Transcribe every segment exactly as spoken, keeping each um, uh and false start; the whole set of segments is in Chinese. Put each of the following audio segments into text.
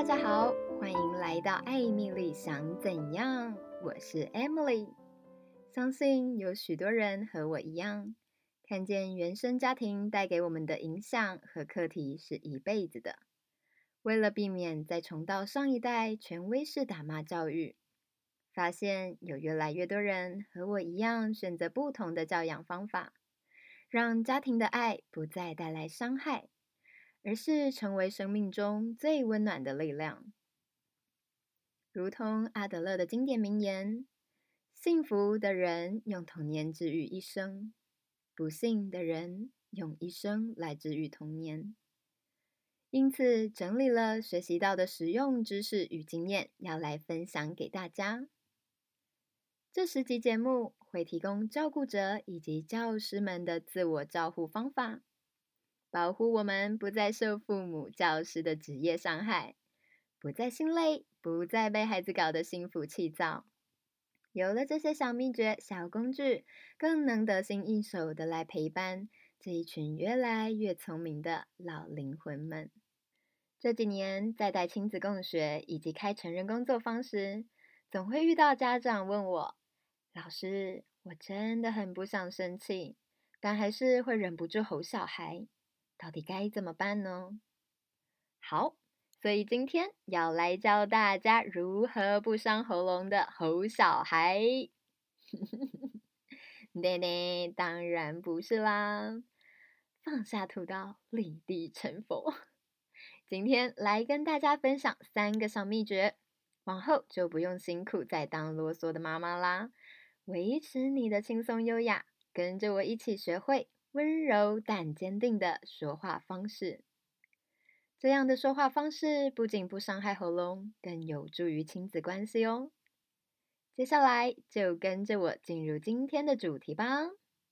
家好，欢迎来到艾米丽想怎样？我是 Emily。相信有许多人和我一样，看见原生家庭带给我们的影响和课题是一辈子的。为了避免再重蹈上一代权威式打骂教育，发现有越来越多人和我一样选择不同的教养方法，让家庭的爱不再带来伤害，而是成为生命中最温暖的力量。如同阿德勒的经典名言，幸福的人用童年治愈一生，不幸的人用一生来治愈童年。因此，整理了学习到的实用知识与经验，要来分享给大家。这十集节目会提供照顾者以及教师们的自我照护方法，保护我们不再受父母、教师的职业伤害，不再心累，不再被孩子搞得心浮气躁。有了这些小秘诀、小工具，更能得心应手的来陪伴这一群越来越聪明的老灵魂们。这几年在带亲子共学以及开成人工作坊时，总会遇到家长问我，老师，我真的很不想生气，但还是会忍不住吼小孩，到底该怎么办呢？好，所以今天要来教大家如何不伤喉咙的吼小孩。nee nee，当然不是啦，放下屠刀，立地成佛。今天来跟大家分享三个小秘诀，往后就不用辛苦再当啰嗦的妈妈啦，维持你的轻松优雅，跟着我一起学会温柔但坚定的说话方式。这样的说话方式不仅不伤害喉咙，更有助于亲子关系哦。接下来就跟着我进入今天的主题吧。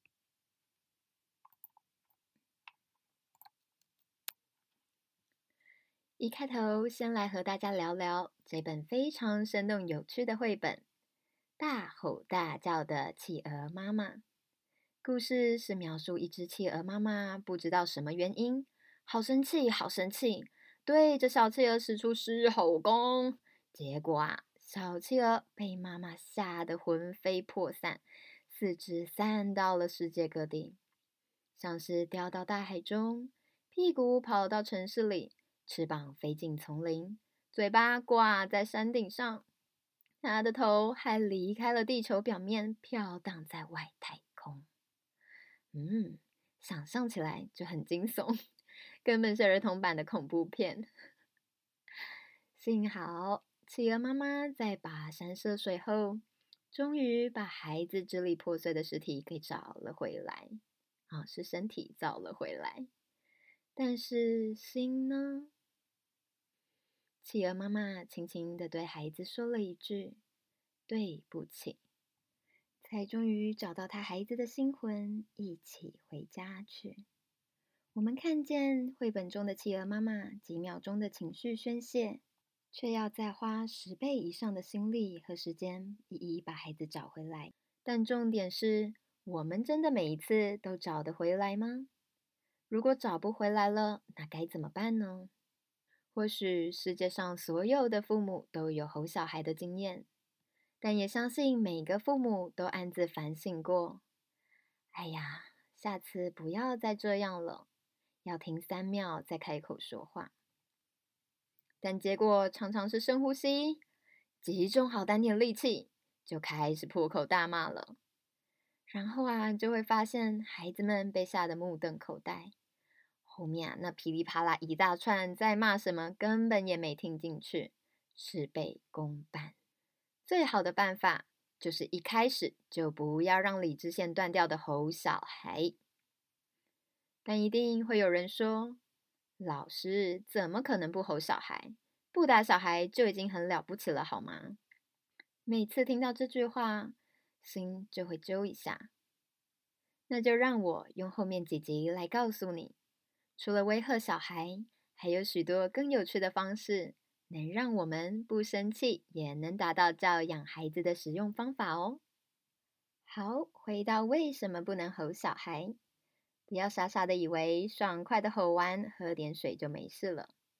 一开头，先来和大家聊聊这本非常生动有趣的绘本《大吼大叫的企鹅妈妈》。故事是描述一只企鹅妈妈不知道什么原因，好生气，好生气，对着小企鹅使出狮吼功。结果啊，小企鹅被妈妈吓得魂飞魄散，四肢散到了世界各地，像是掉到大海中，屁股跑到城市里，翅膀飞进丛林，嘴巴挂在山顶上，它的头还离开了地球表面，飘荡在外太空。嗯，想象起来就很惊悚，根本是儿童版的恐怖片。幸好企鹅妈妈在跋山涉水后，终于把孩子支离破碎的尸体给找了回来。啊、哦，是身体找了回来，但是心呢？企鹅妈妈轻轻地对孩子说了一句：“对不起。”才终于找到他孩子的心魂，一起回家去。我们看见绘本中的企鹅妈妈几秒钟的情绪宣泄，却要再花十倍以上的心力和时间，一一把孩子找回来。但重点是，我们真的每一次都找得回来吗？如果找不回来了，那该怎么办呢？或许世界上所有的父母都有吼小孩的经验，但也相信每个父母都暗自反省过。哎呀，下次不要再这样了，要停三秒再开口说话。但结果常常是深呼吸，集中好丹田力气，就开始破口大骂了。然后啊，就会发现孩子们被吓得目瞪口呆。后面啊，那噼里啪啦一大串在骂什么，根本也没听进去，事倍功半。最好的办法就是一开始就不要让理智线断掉的吼小孩。但一定会有人说，老师怎么可能不吼小孩？不打小孩就已经很了不起了，好吗？每次听到这句话，心就会揪一下。那就让我用后面几集来告诉你，除了威吓小孩，还有许多更有趣的方式，能让我们不生气，也能达到教养孩子的实用方法哦。好，回到为什么不能吼小孩，不要傻傻的以为爽快的吼完，喝点水就没事了。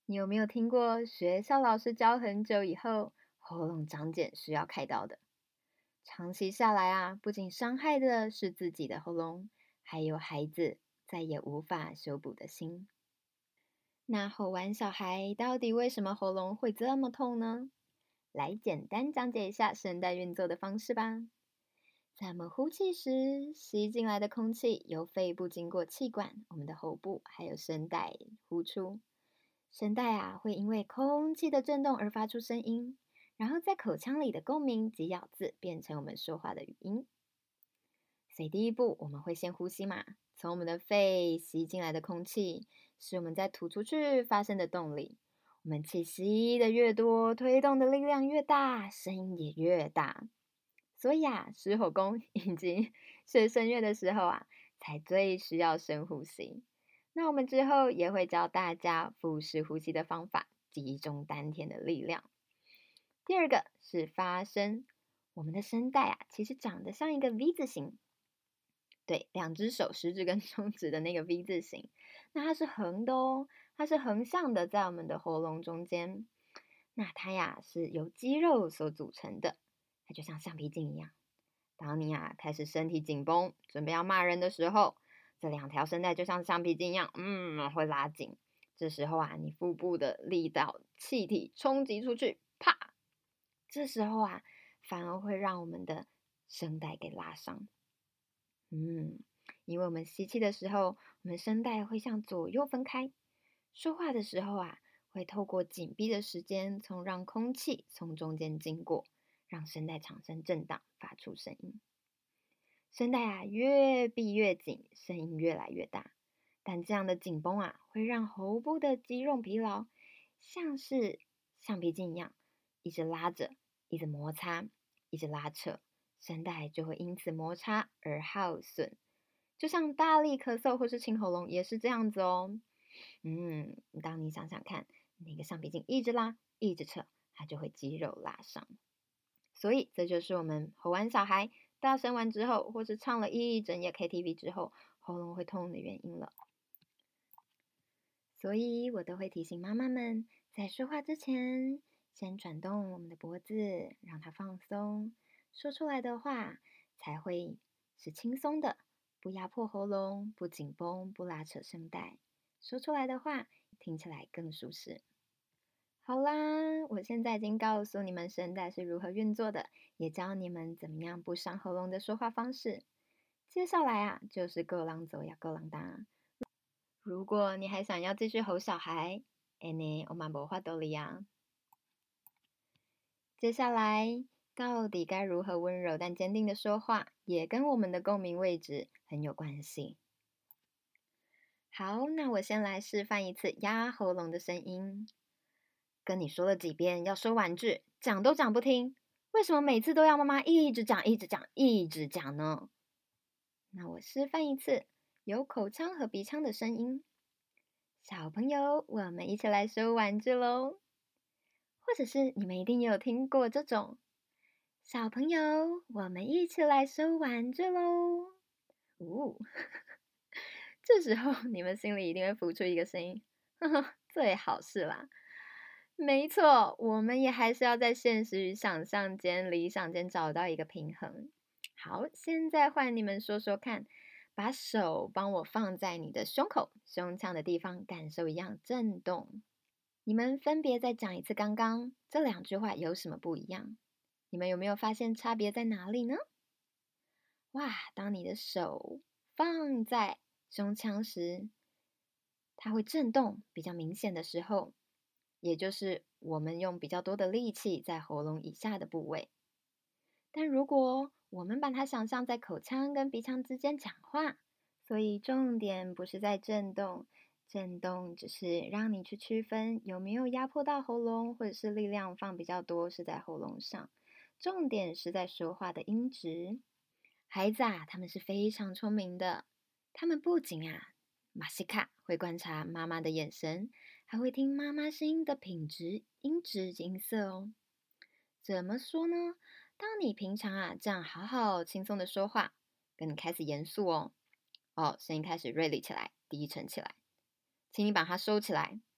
你有没有听过学校老师教很久以后，喉咙长茧需要开刀的？长期下来啊，不仅伤害的是自己的喉咙，还有孩子再也无法修补的心。那吼完小孩到底为什么喉咙会这么痛呢？来简单讲解一下声带运作的方式吧。在我们呼气时，吸进来的空气由肺部经过气管、我们的喉部还有声带呼出。声带啊会因为空气的震动而发出声音，然后在口腔里的共鸣及咬字变成我们说话的语音。所以第一步我们会先呼吸嘛，从我们的肺吸进来的空气，是我们在吐出去发生的动力。我们气吸的越多，推动的力量越大，声音也越大。所以啊，狮吼功以及学声乐的时候啊，才最需要深呼吸。那我们之后也会教大家腹式呼吸的方法，集中丹田的力量。第二个是发声，我们的声带啊，其实长得像一个 V 字形，对，两只手食指跟中指的那个 V 字形，那它是横的哦，它是横向的，在我们的喉咙中间。那它呀是由肌肉所组成的，它就像橡皮筋一样。当你啊开始身体紧绷，准备要骂人的时候，这两条声带就像橡皮筋一样，嗯，会拉紧。这时候啊，你腹部的力道、气体冲击出去，啪！这时候啊，反而会让我们的声带给拉伤。嗯，因为我们吸气的时候，我们声带会向左右分开；说话的时候啊，会透过紧闭的时间，从让空气从中间经过，让声带产生震荡，发出声音。声带啊越闭越紧，声音越来越大。但这样的紧绷啊，会让喉部的肌肉疲劳，像是橡皮筋一样，一直拉着，一直摩擦，一直拉扯，声带就会因此摩擦而耗损。就像大力咳嗽或是清喉咙也是这样子哦。嗯，当你想想看，那个橡皮筋一直拉，一直扯，它就会肌肉拉伤。所以这就是我们吼完小孩、大声完之后，或是唱了一整夜 K T V 之后，喉咙会痛的原因了。所以我都会提醒妈妈们，在说话之前，先转动我们的脖子，让它放松，说出来的话才会是轻松的，不压迫喉咙，不紧绷，不拉扯声带，说出来的话听起来更舒适。好啦，我现在已经告诉你们声带是如何运作的，也教你们怎么样不伤喉咙的说话方式。接下来啊，就是够狼走呀，够狼当。如果你还想要继续吼小孩，哎呢，我们无法度了呀。接下来，到底该如何温柔但坚定的说话，也跟我们的共鸣位置很有关系。好，那我先来示范一次压喉咙的声音。跟你说了几遍要说完句，讲都讲不听，为什么每次都要妈妈一直讲、一直讲、一直讲呢？那我示范一次有口腔和鼻腔的声音。小朋友，我们一起来收玩具喽！或者是你们一定也有听过这种小朋友，我们一起来收玩具喽！呜、哦，这时候你们心里一定会浮出一个声音，呵呵，最好是啦。没错，我们也还是要在现实与想象间、理想间找到一个平衡。好，现在换你们说说看，把手帮我放在你的胸口、胸腔的地方，感受一样震动。你们分别再讲一次刚刚这两句话有什么不一样？你们有没有发现差别在哪里呢？哇，当你的手放在胸腔时，它会震动比较明显的时候，也就是我们用比较多的力气在喉咙以下的部位。但如果我们把它想象在口腔跟鼻腔之间讲话，所以重点不是在震动，震动只是让你去区分有没有压迫到喉咙，或者是力量放比较多是在喉咙上。重点是在说话的音质。孩子啊，他们是非常聪明的，他们不仅啊，马西卡会观察妈妈的眼神，还会听妈妈声音的品质、音质、音色哦。怎么说呢？当你平常啊这样好好轻松的说话，跟你开始严肃哦，哦，声音开始锐利起来，低沉起来，请你把它收起来，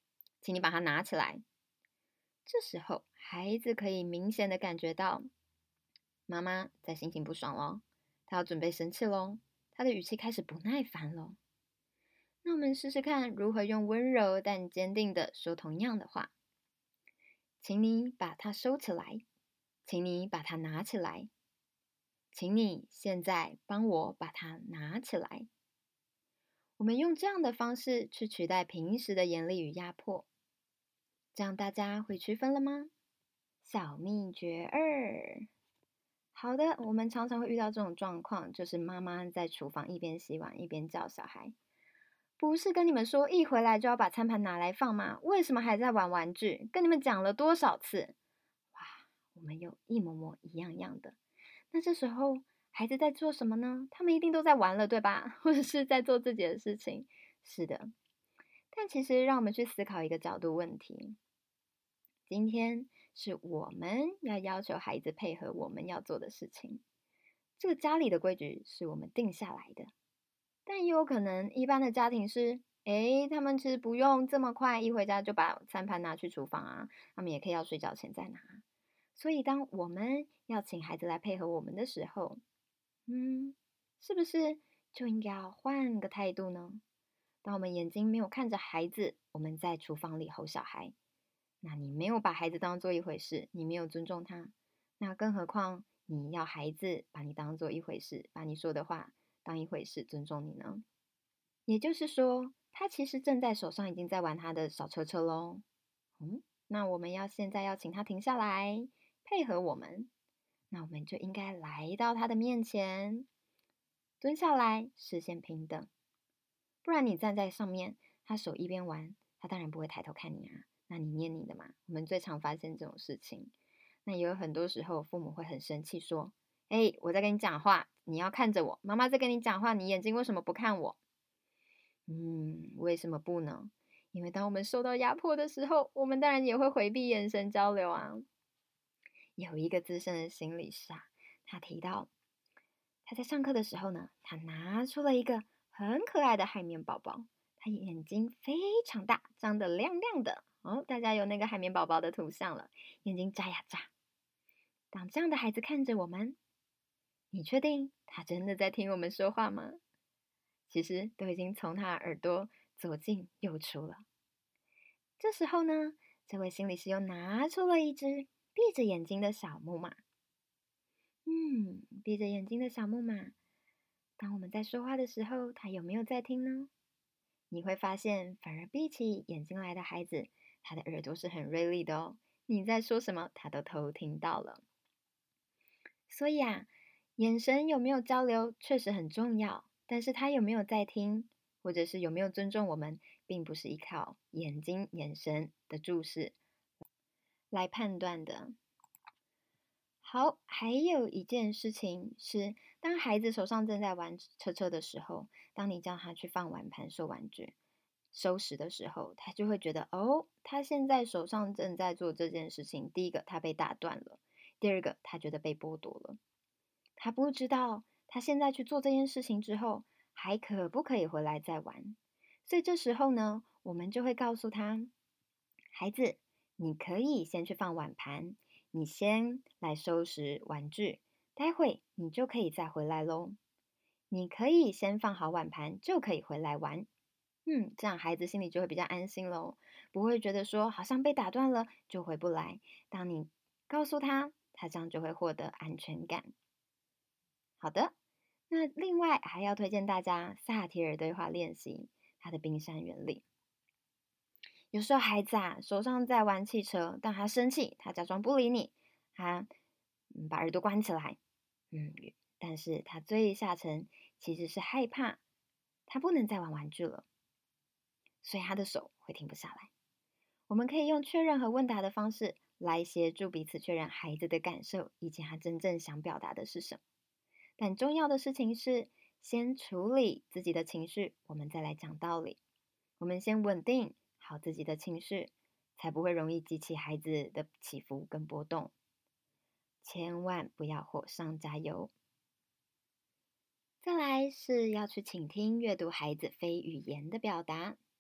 请你把它拿起来。这时候，孩子可以明显的感觉到妈妈在心情不爽咯，她要准备生气咯，她的语气开始不耐烦咯。那我们试试看如何用温柔但坚定的说同样的话。请你把它收起来，请你把它拿起来，请你现在帮我把它拿起来。我们用这样的方式去取代平时的严厉与压迫，这样大家会区分了吗？小秘诀二。好的，我们常常会遇到这种状况，就是妈妈在厨房一边洗碗一边叫小孩，不是跟你们说一回来就要把餐盘拿来放吗？为什么还在玩玩具？跟你们讲了多少次？哇，我们有一模模一样样的。那这时候孩子在做什么呢？他们一定都在玩了，对吧？或者是在做自己的事情。是的，但其实让我们去思考一个角度问题。今天是我们要要求孩子配合我们要做的事情，这个家里的规矩是我们定下来的。但也有可能一般的家庭是，诶，他们其实不用这么快一回家就把餐盘拿去厨房啊，他们也可以要睡觉前再拿。所以当我们要请孩子来配合我们的时候，嗯，是不是就应该要换个态度呢？当我们眼睛没有看着孩子，我们在厨房里吼小孩，那你没有把孩子当做一回事，你没有尊重他，那更何况你要孩子把你当做一回事，把你说的话当一回事，尊重你呢？也就是说，他其实正在手上已经在玩他的小车车咯。嗯，那我们要现在要请他停下来，配合我们。那我们就应该来到他的面前，蹲下来，视线平等。不然你站在上面，他手一边玩，他当然不会抬头看你啊。那你念你的嘛。我们最常发现这种事情。那也有很多时候，父母会很生气，说：“哎，我在跟你讲话，你要看着我。妈妈在跟你讲话，你眼睛为什么不看我？”嗯，为什么不呢？因为当我们受到压迫的时候，我们当然也会回避眼神交流啊。有一个资深的心理师啊，他提到，他在上课的时候呢，他拿出了一个很可爱的海绵宝宝，他眼睛非常大，张得亮亮的。哦，大家有那个海绵宝宝的图像了，眼睛眨呀眨。当这样的孩子看着我们，你确定他真的在听我们说话吗？其实都已经从他耳朵左进右出了。这时候呢，这位心理师又拿出了一只闭着眼睛的小木马。嗯，闭着眼睛的小木马，当我们在说话的时候，他有没有在听呢？你会发现，反而闭起眼睛来的孩子，他的耳朵是很锐利的哦。你在说什么，他都偷听到了。所以啊，眼神有没有交流确实很重要，但是他有没有在听，或者是有没有尊重我们，并不是依靠眼睛、眼神的注视来判断的。好，还有一件事情是，当孩子手上正在玩车车的时候，当你叫他去放碗盘、收玩具、收拾的时候，他就会觉得，哦，他现在手上正在做这件事情。第一个，他被打断了；第二个，他觉得被剥夺了。他不知道他现在去做这件事情之后，还可不可以回来再玩。所以这时候呢，我们就会告诉他，孩子，你可以先去放碗盘，你先来收拾玩具，待会你就可以再回来咯。你可以先放好碗盘，就可以回来玩。嗯，这样孩子心里就会比较安心咯，不会觉得说好像被打断了就回不来。当你告诉他，他这样就会获得安全感。好的，那另外还要推荐大家萨提尔对话练习，它的冰山原理。有时候孩子啊手上在玩汽车，但他生气，他假装不理你，他嗯把耳朵关起来，嗯，但是他最下层其实是害怕，他不能再玩玩具了，所以他的手会停不下来。我们可以用确认和问答的方式来协助彼此确认孩子的感受以及他真正想表达的是什么。但重要的事情是，先处理自己的情绪，我们再来讲道理。我们先稳定好自己的情绪，才不会容易激起孩子的起伏跟波动。千万不要火上加油。再来是要去倾听、阅读孩子非语言的表达。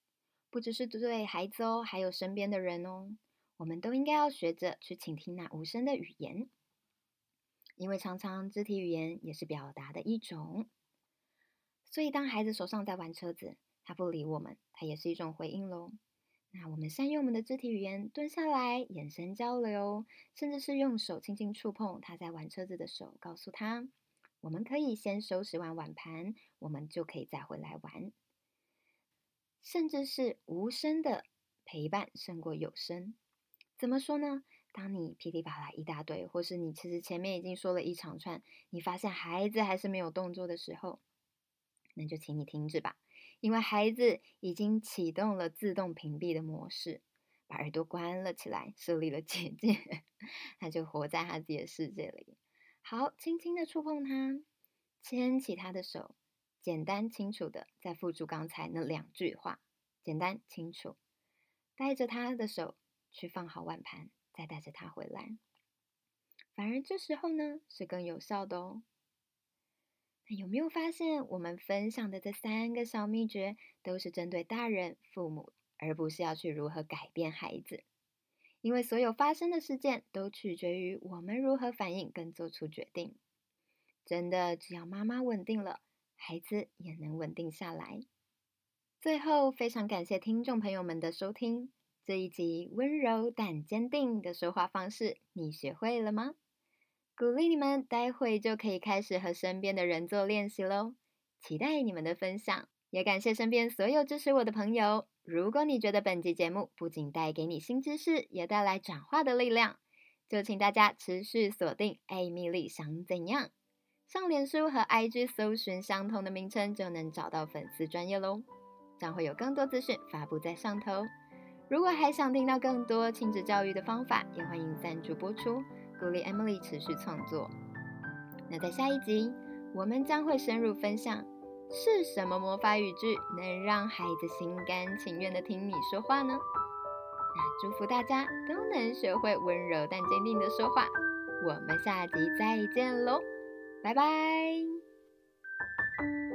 不只是对孩子哦，还有身边的人哦，我们都应该要学着去倾听那无声的语言，因为常常肢体语言也是表达的一种。所以当孩子手上在玩车子，他不理我们，他也是一种回应咯。那我们善用我们的肢体语言，蹲下来，眼神交流，甚至是用手轻轻触碰他在玩车子的手，告诉他，我们可以先收拾完碗盘，我们就可以再回来玩。甚至是无声的陪伴胜过有声。怎么说呢？当你噼里啪啦一大堆，或是你其实前面已经说了一长串，你发现孩子还是没有动作的时候，那就请你停止吧，因为孩子已经启动了自动屏蔽的模式，把耳朵关了起来，设立了结界，他就活在他自己的世界里。好，轻轻的触碰他，牵起他的手，简单清楚的再复述刚才那两句话，简单清楚，带着他的手去放好碗盘，再带着他回来。反而这时候呢，是更有效的哦。那有没有发现，我们分享的这三个小秘诀，都是针对大人、父母，而不是要去如何改变孩子？因为所有发生的事件，都取决于我们如何反应跟做出决定。真的，只要妈妈稳定了，孩子也能稳定下来。最后，非常感谢听众朋友们的收听。这一集温柔但坚定的说话方式，你学会了吗？鼓励你们，待会就可以开始和身边的人做练习咯。期待你们的分享，也感谢身边所有支持我的朋友。如果你觉得本集节目不仅带给你新知识，也带来转化的力量，就请大家持续锁定艾米丽想怎样。上脸书和 I G 搜寻相同的名称，就能找到粉丝专页咯，将会有更多资讯发布在上头。如果还想听到更多亲子教育的方法，也欢迎赞助播出，鼓励 Emily 持续创作。那在下一集，我们将会深入分享是什么魔法语句能让孩子心甘情愿地听你说话呢？那祝福大家都能学会温柔但坚定的说话。我们下集再见咯，拜拜。